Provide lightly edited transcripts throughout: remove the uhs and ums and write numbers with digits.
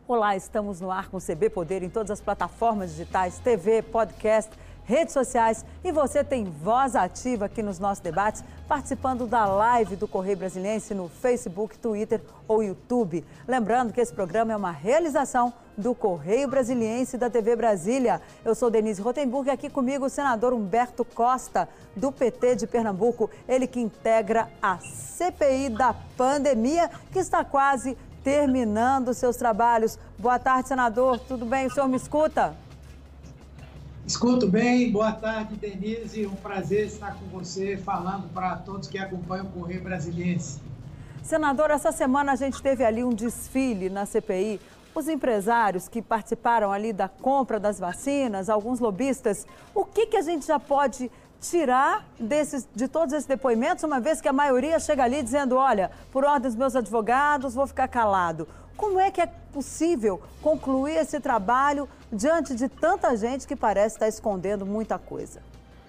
Olá, estamos no ar com o CB Poder em todas as plataformas digitais, TV, podcast, redes sociais. E você tem voz ativa aqui nos nossos debates, participando da live do Correio Brasiliense no Facebook, Twitter ou YouTube. Lembrando que esse programa é uma realização do Correio Brasiliense da TV Brasília. Eu sou Denise Rotenburg e aqui comigo o senador Humberto Costa, do PT de Pernambuco. Ele que integra a CPI da pandemia, que está quase terminando seus trabalhos. Boa tarde, senador. Tudo bem? O senhor me escuta? Escuto bem. Boa tarde, Denise. Um prazer estar com você, falando para todos que acompanham o Correio Brasiliense. Senador, essa semana a gente teve ali um desfile na CPI. Os empresários que participaram ali da compra das vacinas, alguns lobistas, o que a gente já pode tirar de todos esses depoimentos, uma vez que a maioria chega ali dizendo, olha, por ordem dos meus advogados, vou ficar calado. Como é que é possível concluir esse trabalho diante de tanta gente que parece estar escondendo muita coisa?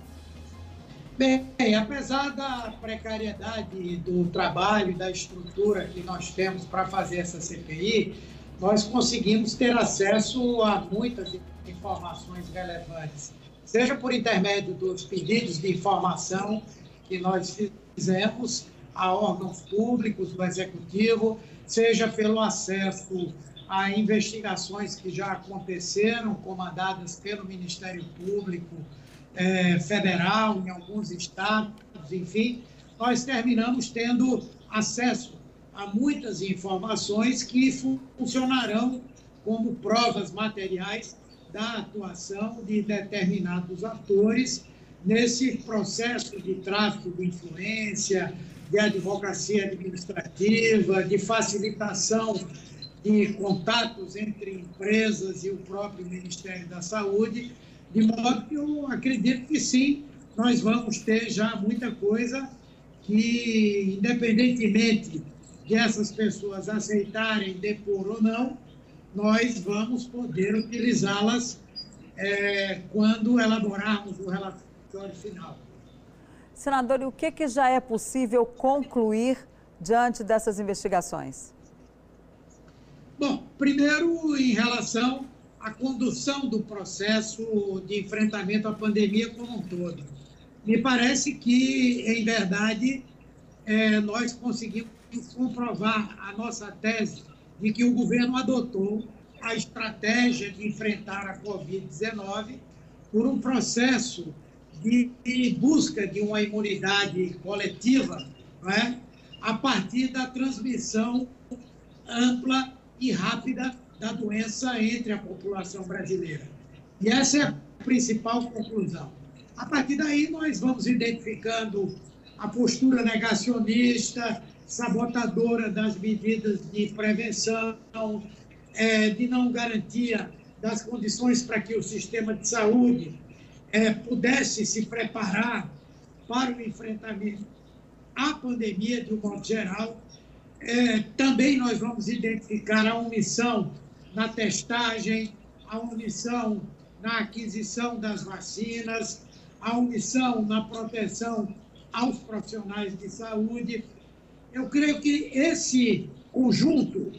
Bem, apesar da precariedade do trabalho, da estrutura que nós temos para fazer essa CPI, nós conseguimos ter acesso a muitas informações relevantes, seja por intermédio dos pedidos de informação que nós fizemos a órgãos públicos do Executivo, seja pelo acesso a investigações que já aconteceram, comandadas pelo Ministério Público Federal, em alguns estados, enfim, nós terminamos tendo acesso a muitas informações que funcionarão como provas materiais da atuação de determinados atores nesse processo de tráfico de influência, de advocacia administrativa, de facilitação de contatos entre empresas e o próprio Ministério da Saúde, de modo que eu acredito que sim, nós vamos ter já muita coisa que, independentemente de essas pessoas aceitarem depor ou não, nós vamos poder utilizá-las quando elaborarmos o relatório final. Senador, e o que já é possível concluir diante dessas investigações? Bom, primeiro, em relação à condução do processo de enfrentamento à pandemia como um todo. Me parece que, em verdade, nós conseguimos comprovar a nossa tese de que o governo adotou a estratégia de enfrentar a Covid-19 por um processo de busca de uma imunidade coletiva, não é? A partir da transmissão ampla e rápida da doença entre a população brasileira. E essa é a principal conclusão. A partir daí, nós vamos identificando a postura negacionista, sabotadora das medidas de prevenção, de não garantia das condições para que o sistema de saúde pudesse se preparar para o enfrentamento à pandemia de um modo geral. Também nós vamos identificar a omissão na testagem, a omissão na aquisição das vacinas, a omissão na proteção aos profissionais de saúde. Eu creio que esse conjunto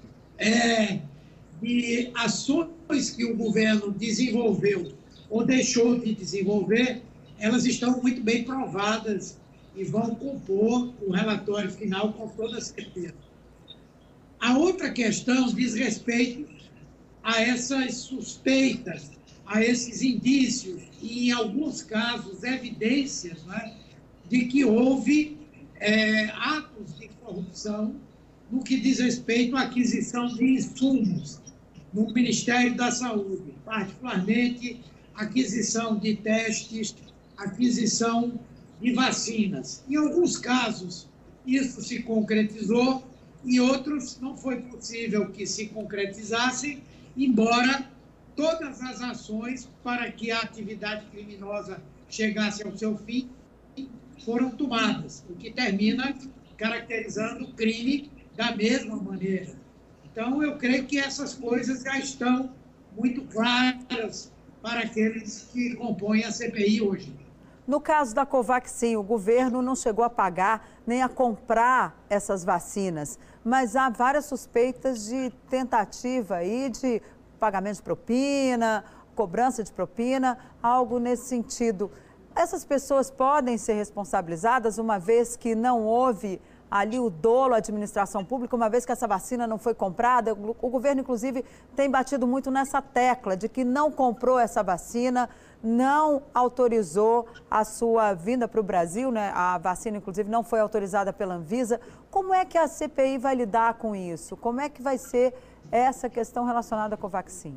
de ações que o governo desenvolveu ou deixou de desenvolver, elas estão muito bem provadas e vão compor o relatório final com toda certeza. A outra questão diz respeito a essas suspeitas, a esses indícios e, em alguns casos, evidências, né, de que houve atos de corrupção no que diz respeito à aquisição de insumos no Ministério da Saúde, particularmente aquisição de testes, aquisição de vacinas. Em alguns casos, isso se concretizou, em outros não foi possível que se concretizassem, embora todas as ações para que a atividade criminosa chegasse ao seu fim foram tomadas, o que termina caracterizando o crime da mesma maneira. Então, eu creio que essas coisas já estão muito claras para aqueles que compõem a CPI hoje. No caso da Covaxin, o governo não chegou a pagar nem a comprar essas vacinas, mas há várias suspeitas de tentativa aí de pagamento de propina, cobrança de propina, algo nesse sentido. Essas pessoas podem ser responsabilizadas uma vez que não houve ali o dolo à administração pública, uma vez que essa vacina não foi comprada. O governo, inclusive, tem batido muito nessa tecla de que não comprou essa vacina, não autorizou a sua vinda para o Brasil, né? A vacina, inclusive, não foi autorizada pela Anvisa. Como é que a CPI vai lidar com isso? Como é que vai ser essa questão relacionada com a Covaxin?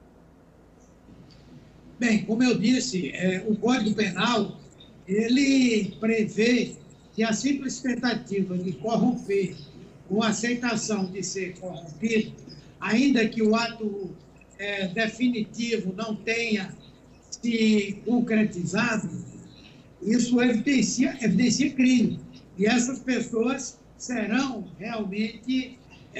Bem, como eu disse, o Código Penal, ele prevê que a simples tentativa de corromper ou aceitação de ser corrompido, ainda que o ato definitivo não tenha se concretizado, isso evidencia crime. E essas pessoas serão realmente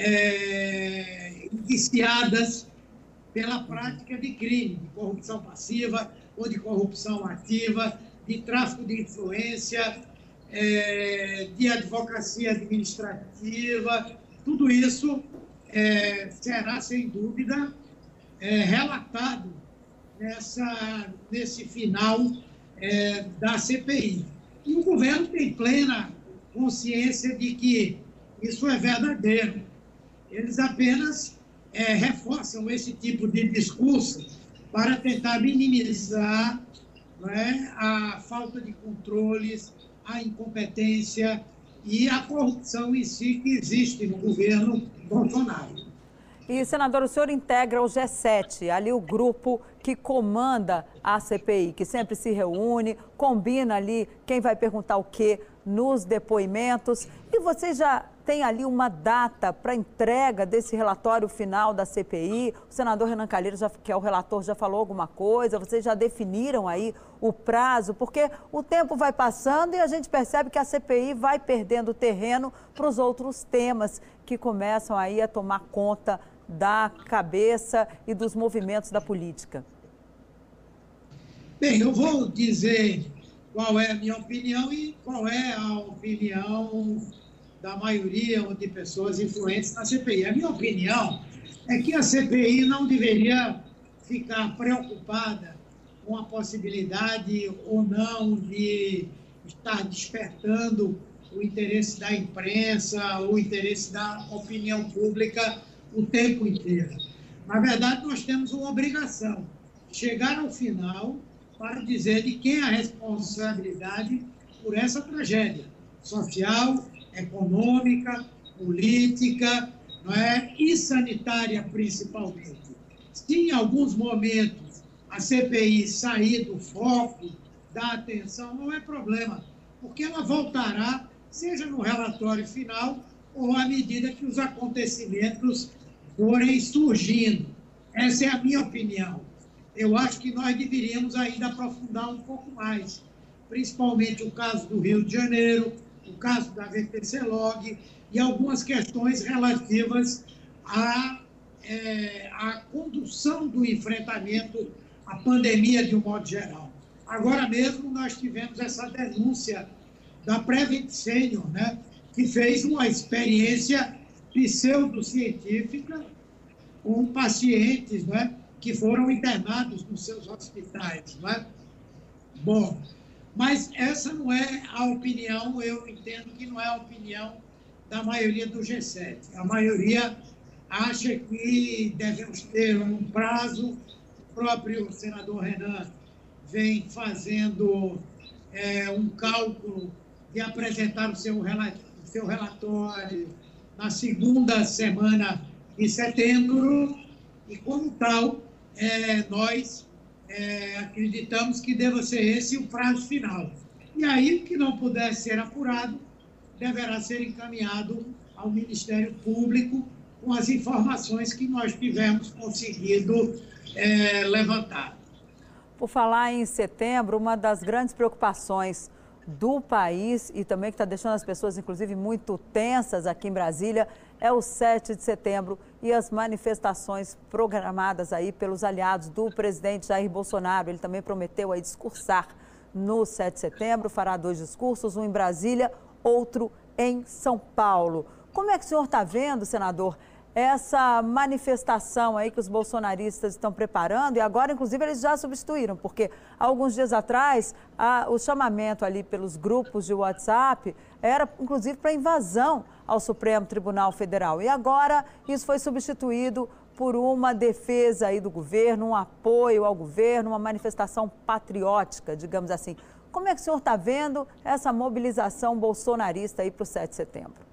indiciadas pela prática de crime, de corrupção passiva ou de corrupção ativa, de tráfico de influência, de advocacia administrativa. Tudo isso será, sem dúvida, relatado nesse final da CPI. E o governo tem plena consciência de que isso é verdadeiro. Eles apenas reforçam esse tipo de discurso para tentar minimizar, a falta de controles, a incompetência e a corrupção em si que existe no governo Bolsonaro. E, senador, o senhor integra o G7, ali o grupo que comanda a CPI, que sempre se reúne, combina ali quem vai perguntar o quê nos depoimentos. E você já tem ali uma data para entrega desse relatório final da CPI? O senador Renan Calheiros, que é o relator, já falou alguma coisa? Vocês já definiram aí o prazo? Porque o tempo vai passando e a gente percebe que a CPI vai perdendo terreno para os outros temas que começam aí a tomar conta da cabeça e dos movimentos da política. Bem, eu vou dizer qual é a minha opinião e qual é a opinião da maioria de pessoas influentes na CPI. A minha opinião é que a CPI não deveria ficar preocupada com a possibilidade ou não de estar despertando o interesse da imprensa, o interesse da opinião pública o tempo inteiro. Na verdade, nós temos uma obrigação, chegar ao final para dizer de quem é a responsabilidade por essa tragédia social, econômica, política, e sanitária principalmente. Se em alguns momentos a CPI sair do foco da atenção, não é problema, porque ela voltará, seja no relatório final ou à medida que os acontecimentos forem surgindo. Essa é a minha opinião. Eu acho que nós deveríamos ainda aprofundar um pouco mais, principalmente o caso do Rio de Janeiro, o caso da VTC Log e algumas questões relativas à condução do enfrentamento à pandemia de um modo geral. Agora mesmo nós tivemos essa denúncia da Prevent Senior, que fez uma experiência pseudocientífica com pacientes, que foram internados nos seus hospitais. Bom, mas essa não é a opinião, eu entendo que não é a opinião da maioria do G7. A maioria acha que devemos ter um prazo. O próprio senador Renan vem fazendo um cálculo de apresentar o seu relatório na segunda semana de setembro e, como tal, nós acreditamos que deva ser esse o prazo final. E aí, o que não puder ser apurado, deverá ser encaminhado ao Ministério Público com as informações que nós tivemos conseguido levantar. Por falar em setembro, uma das grandes preocupações do país e também que está deixando as pessoas, inclusive, muito tensas aqui em Brasília, é o 7 de setembro e as manifestações programadas aí pelos aliados do presidente Jair Bolsonaro. Ele também prometeu aí discursar no 7 de setembro, fará 2 discursos, um em Brasília, outro em São Paulo. Como é que o senhor está vendo, senador, essa manifestação aí que os bolsonaristas estão preparando? E agora, inclusive, eles já substituíram, porque alguns dias atrás, o chamamento ali pelos grupos de WhatsApp era, inclusive, para invasão ao Supremo Tribunal Federal. E agora isso foi substituído por uma defesa aí do governo, um apoio ao governo, uma manifestação patriótica, digamos assim. Como é que o senhor está vendo essa mobilização bolsonarista aí para o 7 de setembro?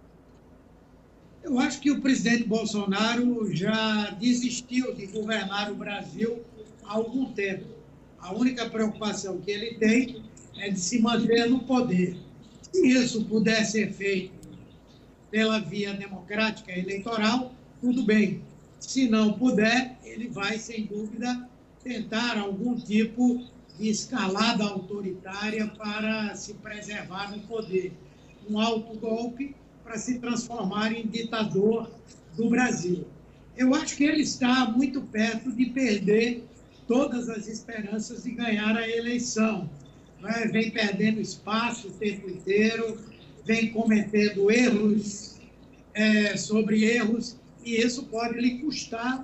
Eu acho que o presidente Bolsonaro já desistiu de governar o Brasil há algum tempo. A única preocupação que ele tem é de se manter no poder. Se isso puder ser feito pela via democrática eleitoral, tudo bem. Se não puder, ele vai, sem dúvida, tentar algum tipo de escalada autoritária para se preservar no poder. Um autogolpe para se transformar em ditador do Brasil. Eu acho que ele está muito perto de perder todas as esperanças de ganhar a eleição. Vem perdendo espaço o tempo inteiro, vem cometendo erros sobre erros, e isso pode lhe custar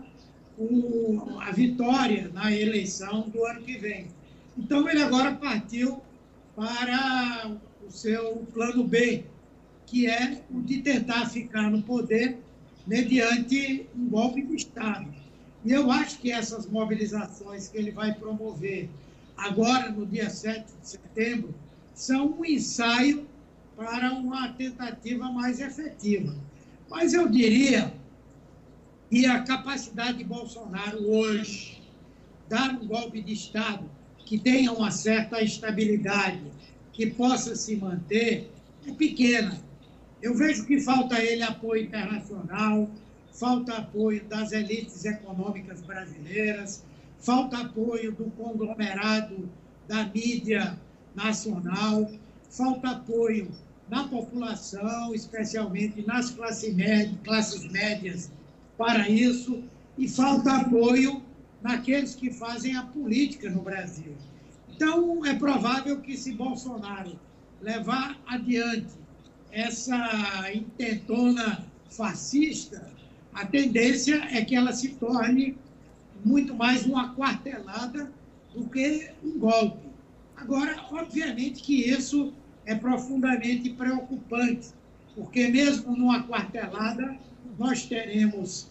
a vitória na eleição do ano que vem. Então, ele agora partiu para o seu plano B, que é o de tentar ficar no poder mediante um golpe de Estado. E eu acho que essas mobilizações que ele vai promover agora, no dia 7 de setembro, são um ensaio para uma tentativa mais efetiva. Mas eu diria que a capacidade de Bolsonaro hoje dar um golpe de Estado que tenha uma certa estabilidade, que possa se manter, é pequena. Eu vejo que falta a ele apoio internacional, falta apoio das elites econômicas brasileiras, falta apoio do conglomerado da mídia nacional, falta apoio na população, especialmente nas classes médias, para isso, e falta apoio naqueles que fazem a política no Brasil. Então, é provável que, se Bolsonaro levar adiante essa intentona fascista, a tendência é que ela se torne muito mais uma quartelada do que um golpe. Agora, obviamente que isso é profundamente preocupante, porque mesmo numa quartelada nós teremos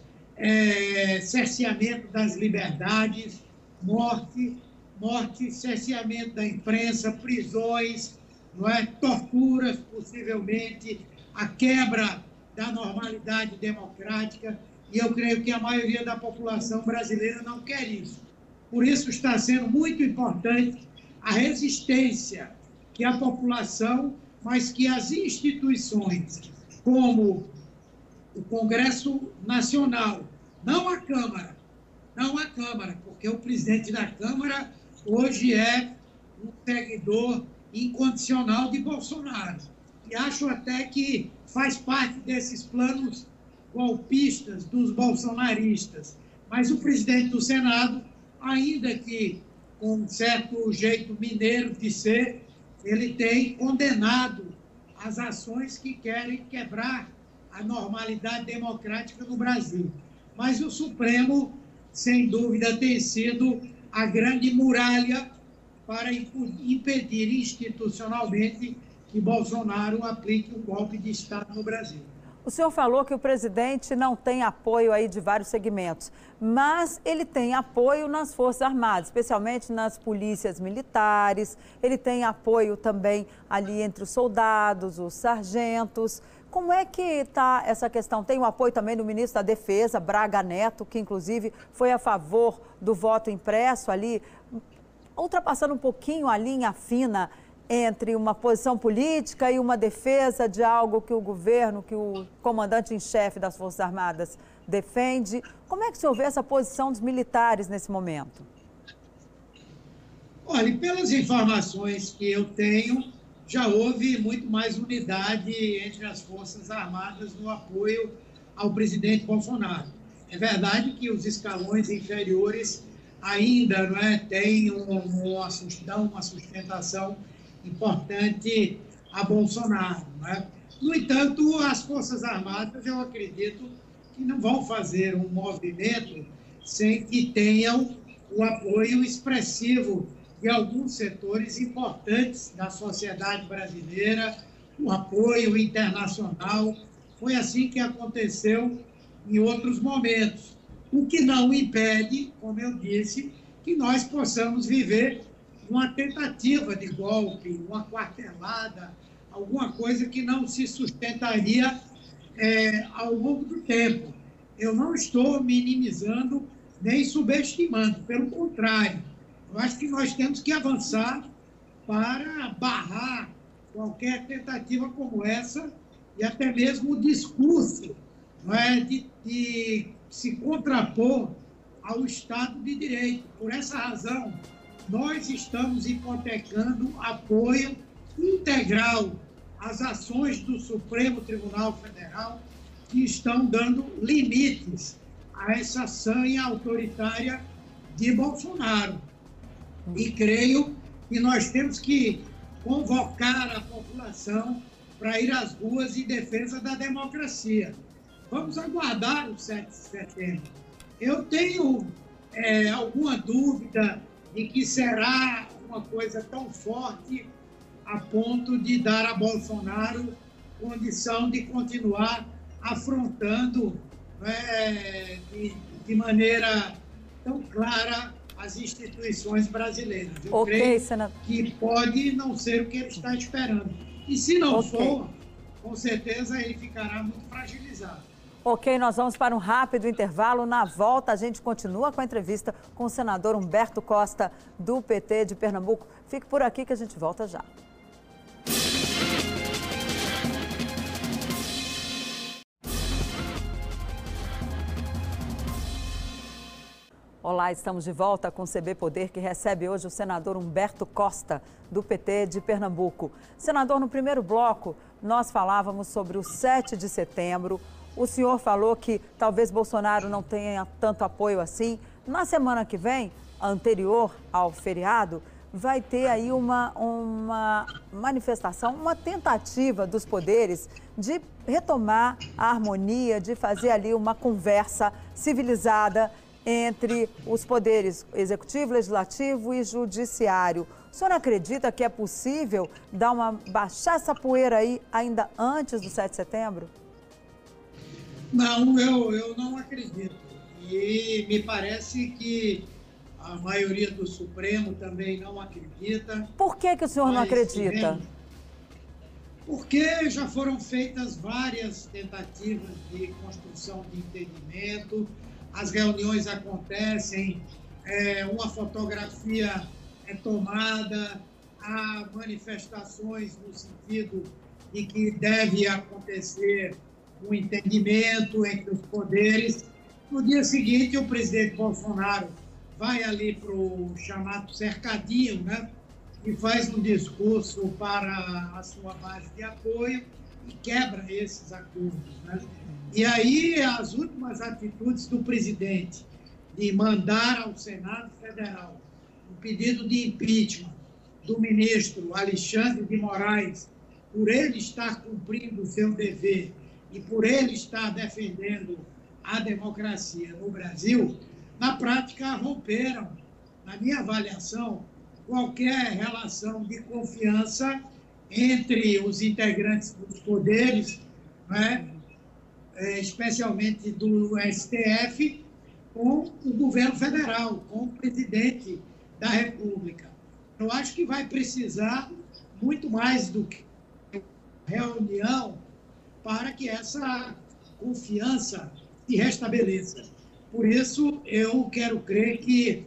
cerceamento das liberdades, morte, cerceamento da imprensa, prisões, torturas, possivelmente, a quebra da normalidade democrática, e eu creio que a maioria da população brasileira não quer isso. Por isso está sendo muito importante a resistência que a população, mas que as instituições, como o Congresso Nacional, não a Câmara, porque o presidente da Câmara hoje é um seguidor incondicional de Bolsonaro. E acho até que faz parte desses planos golpistas dos bolsonaristas. Mas o presidente do Senado, ainda que com um certo jeito mineiro de ser, ele tem condenado as ações que querem quebrar a normalidade democrática no Brasil. Mas o Supremo, sem dúvida, tem sido a grande muralha para impedir institucionalmente que Bolsonaro aplique um golpe de Estado no Brasil. O senhor falou que o presidente não tem apoio aí de vários segmentos, mas ele tem apoio nas Forças Armadas, especialmente nas polícias militares, ele tem apoio também ali entre os soldados, os sargentos. Como é que está essa questão? Tem o apoio também do ministro da Defesa, Braga Neto, que inclusive foi a favor do voto impresso ali, ultrapassando um pouquinho a linha fina entre uma posição política e uma defesa de algo que o governo, que o comandante em chefe das Forças Armadas defende. Como é que o senhor vê essa posição dos militares nesse momento? Olha, pelas informações que eu tenho, já houve muito mais unidade entre as Forças Armadas no apoio ao presidente Bolsonaro. É verdade que os escalões inferiores ainda, não é, dão uma sustentação importante a Bolsonaro. Não é? No entanto, as Forças Armadas, eu acredito que não vão fazer um movimento sem que tenham o apoio expressivo de alguns setores importantes da sociedade brasileira, o apoio internacional. Foi assim que aconteceu em outros momentos, o que não impede, como eu disse, que nós possamos viver uma tentativa de golpe, uma quartelada, alguma coisa que não se sustentaria ao longo do tempo. Eu não estou minimizando nem subestimando, pelo contrário, eu acho que nós temos que avançar para barrar qualquer tentativa como essa e até mesmo o discurso, não é, de se contrapor ao Estado de Direito. Por essa razão, nós estamos hipotecando apoio integral às ações do Supremo Tribunal Federal que estão dando limites a essa sanha autoritária de Bolsonaro. E creio que nós temos que convocar a população para ir às ruas em defesa da democracia. Vamos aguardar o 7 de setembro. Eu tenho alguma dúvida de que será uma coisa tão forte a ponto de dar a Bolsonaro condição de continuar afrontando de maneira tão clara as instituições brasileiras. Eu creio que pode não ser o que ele está esperando. E se não for, com certeza ele ficará muito fragilizado. Ok, nós vamos para um rápido intervalo. Na volta, a gente continua com a entrevista com o senador Humberto Costa, do PT de Pernambuco. Fique por aqui que a gente volta já. Olá, estamos de volta com o CB Poder, que recebe hoje o senador Humberto Costa, do PT de Pernambuco. Senador, no primeiro bloco, nós falávamos sobre o 7 de setembro. O senhor falou que talvez Bolsonaro não tenha tanto apoio assim. Na semana que vem, anterior ao feriado, vai ter aí uma manifestação, uma tentativa dos poderes de retomar a harmonia, de fazer ali uma conversa civilizada entre os poderes executivo, legislativo e judiciário. O senhor acredita que é possível baixar essa poeira aí ainda antes do 7 de setembro? Não, eu não acredito. E me parece que a maioria do Supremo também não acredita. Por que o senhor não acredita? Porque já foram feitas várias tentativas de construção de entendimento. As reuniões acontecem, uma fotografia é tomada, há manifestações no sentido de que deve acontecer um entendimento entre os poderes. No dia seguinte, o presidente Bolsonaro vai ali para o chamado cercadinho, né, e faz um discurso para a sua base de apoio e quebra esses acordos, né? E aí, as últimas atitudes do presidente de mandar ao Senado Federal um pedido de impeachment do ministro Alexandre de Moraes, por ele estar cumprindo o seu dever e por ele estar defendendo a democracia no Brasil, na prática romperam, na minha avaliação, qualquer relação de confiança entre os integrantes dos poderes, né? Especialmente do STF, com o governo federal, com o presidente da República. Eu acho que vai precisar muito mais do que reunião para que essa confiança se restabeleça. Por isso, eu quero crer que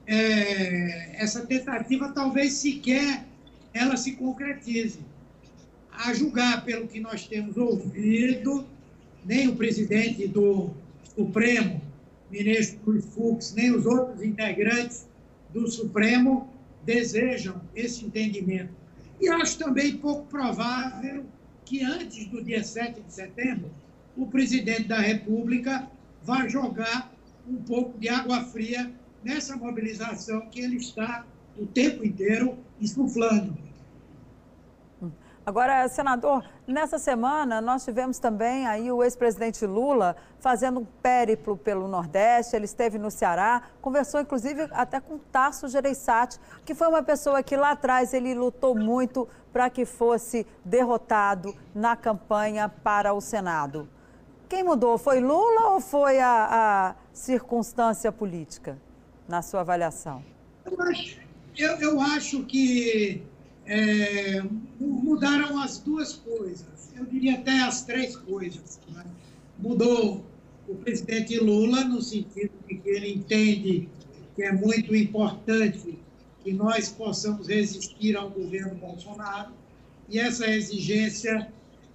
essa tentativa talvez sequer ela se concretize. A julgar pelo que nós temos ouvido, nem o presidente do Supremo, ministro Luiz Fux, nem os outros integrantes do Supremo desejam esse entendimento. E acho também pouco provável que antes do dia 7 de setembro, o presidente da República vá jogar um pouco de água fria nessa mobilização que ele está o tempo inteiro insuflando. Agora, senador, nessa semana nós tivemos também aí o ex-presidente Lula fazendo um périplo pelo Nordeste. Ele esteve no Ceará, conversou inclusive até com Tasso Gereissati, que foi uma pessoa que lá atrás ele lutou muito para que fosse derrotado na campanha para o Senado. Quem mudou? Foi Lula ou foi a circunstância política, na sua avaliação? Eu acho que mudaram as duas coisas, eu diria até as três coisas, né? Mudou o presidente Lula, no sentido de que ele entende que é muito importante que nós possamos resistir ao governo Bolsonaro, e essa exigência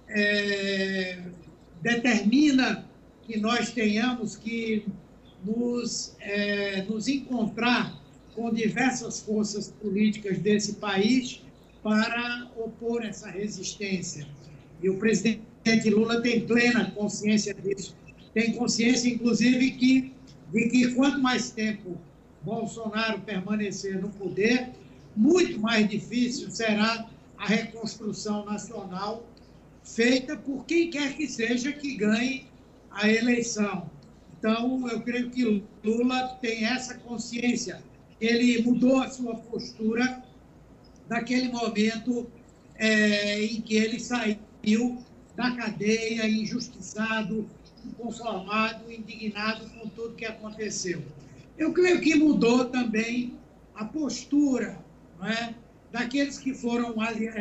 determina que nós tenhamos que nos encontrar com diversas forças políticas desse país para opor essa resistência. E o presidente Lula tem plena consciência disso. Tem consciência, inclusive, de que quanto mais tempo Bolsonaro permanecer no poder, muito mais difícil será a reconstrução nacional feita por quem quer que seja que ganhe a eleição. Então, eu creio que Lula tem essa consciência. Ele mudou a sua postura naquele momento em que ele saiu da cadeia, injustiçado, inconformado, indignado com tudo que aconteceu. Eu creio que mudou também a postura, não é, daqueles que foram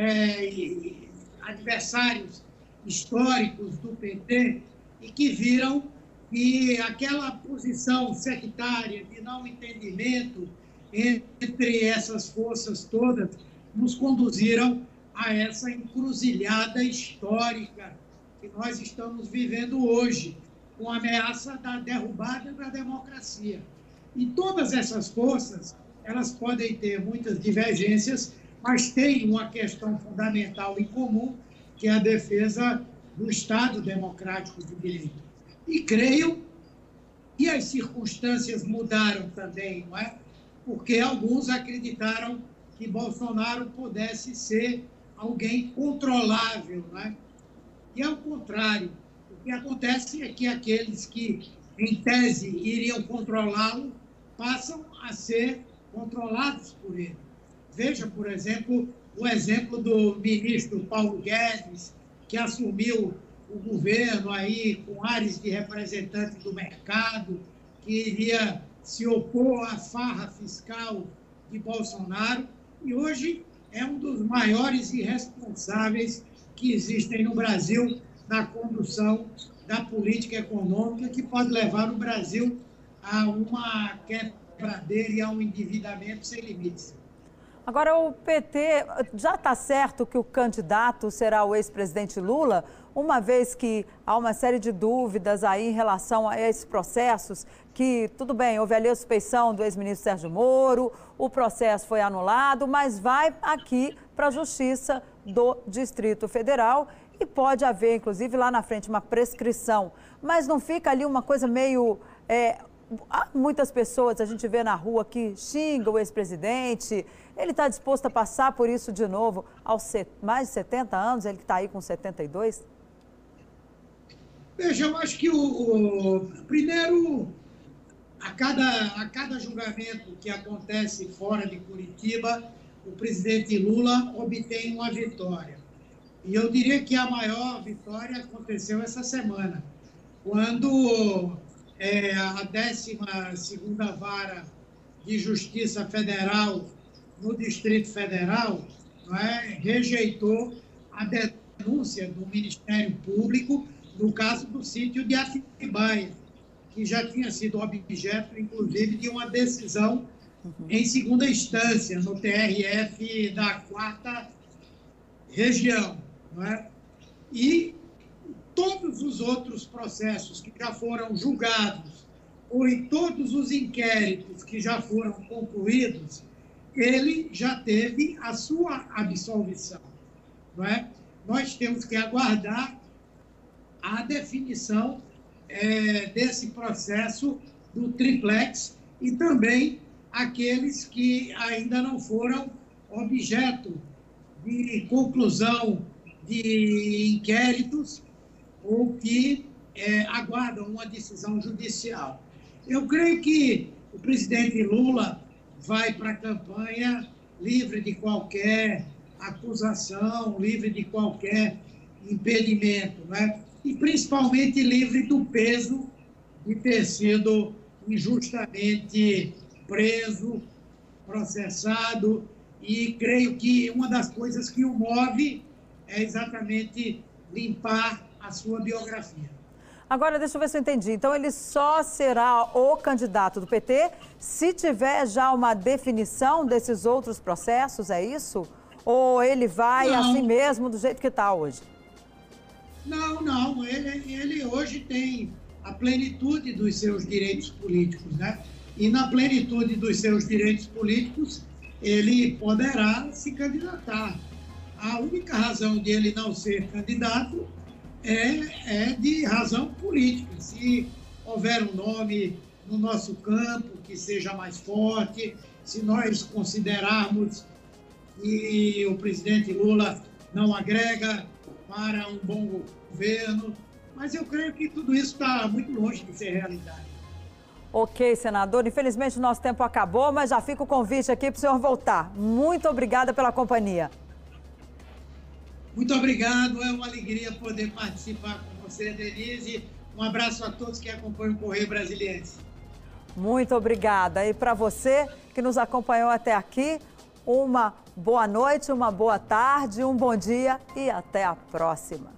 adversários históricos do PT e que viram que aquela posição sectária de não entendimento entre essas forças todas nos conduziram a essa encruzilhada histórica que nós estamos vivendo hoje, com a ameaça da derrubada da democracia. E todas essas forças, elas podem ter muitas divergências, mas têm uma questão fundamental em comum, que é a defesa do Estado democrático de direito. E creio que as circunstâncias mudaram também, não é? Porque alguns acreditaram que Bolsonaro pudesse ser alguém controlável, não é? E, ao contrário, o que acontece é que aqueles que, em tese, iriam controlá-lo, passam a ser controlados por ele. Veja, por exemplo, o exemplo do ministro Paulo Guedes, que assumiu o governo aí com ares de representante do mercado, que iria se opor à farra fiscal de Bolsonaro, e hoje é um dos maiores irresponsáveis que existem no Brasil na condução da política econômica, que pode levar o Brasil a uma quebradeira e a um endividamento sem limites. Agora, o PT, já está certo que o candidato será o ex-presidente Lula, uma vez que há uma série de dúvidas aí em relação a esses processos, que, tudo bem, houve ali a suspeição do ex-ministro Sérgio Moro, o processo foi anulado, mas vai aqui para a Justiça do Distrito Federal e pode haver, inclusive, lá na frente, uma prescrição. Mas não fica ali uma coisa meio... Há muitas pessoas, a gente vê na rua, que xingam o ex-presidente. Ele está disposto a passar por isso de novo aos mais de 70 anos, ele que está aí com 72? Veja, eu acho que primeiro, a cada julgamento que acontece fora de Curitiba, o presidente Lula obtém uma vitória. E eu diria que a maior vitória aconteceu essa semana, quando a 12ª Vara de Justiça Federal no Distrito Federal, não é, rejeitou a denúncia do Ministério Público no caso do sítio de Atibaia, que já tinha sido objeto, inclusive, de uma decisão em segunda instância, no TRF da 4ª Região. Não é? E todos os outros processos que já foram julgados, ou em todos os inquéritos que já foram concluídos, ele já teve a sua absolvição. Não é? Nós temos que aguardar a definição desse processo do triplex, e também aqueles que ainda não foram objeto de conclusão de inquéritos ou que aguardam uma decisão judicial. Eu creio que o presidente Lula vai para a campanha livre de qualquer acusação, livre de qualquer impedimento, né? E principalmente livre do peso de ter sido injustamente preso, processado, e creio que uma das coisas que o move é exatamente limpar a sua biografia. Agora, deixa eu ver se eu entendi. Então, ele só será o candidato do PT se tiver já uma definição desses outros processos, é isso? Ou ele vai assim mesmo, do jeito que está hoje? Não. Ele hoje tem a plenitude dos seus direitos políticos, né? E na plenitude dos seus direitos políticos, ele poderá se candidatar. A única razão de ele não ser candidato é de razão política. Se houver um nome no nosso campo que seja mais forte, se nós considerarmos que o presidente Lula não agrega para um bom governo, mas eu creio que tudo isso está muito longe de ser realidade. Ok, senador. Infelizmente o nosso tempo acabou, mas já fica o convite aqui para o senhor voltar. Muito obrigada pela companhia. Muito obrigado, é uma alegria poder participar com você, Denise. Um abraço a todos que acompanham o Correio Brasiliense. Muito obrigada. E para você que nos acompanhou até aqui, uma boa noite, uma boa tarde, um bom dia e até a próxima.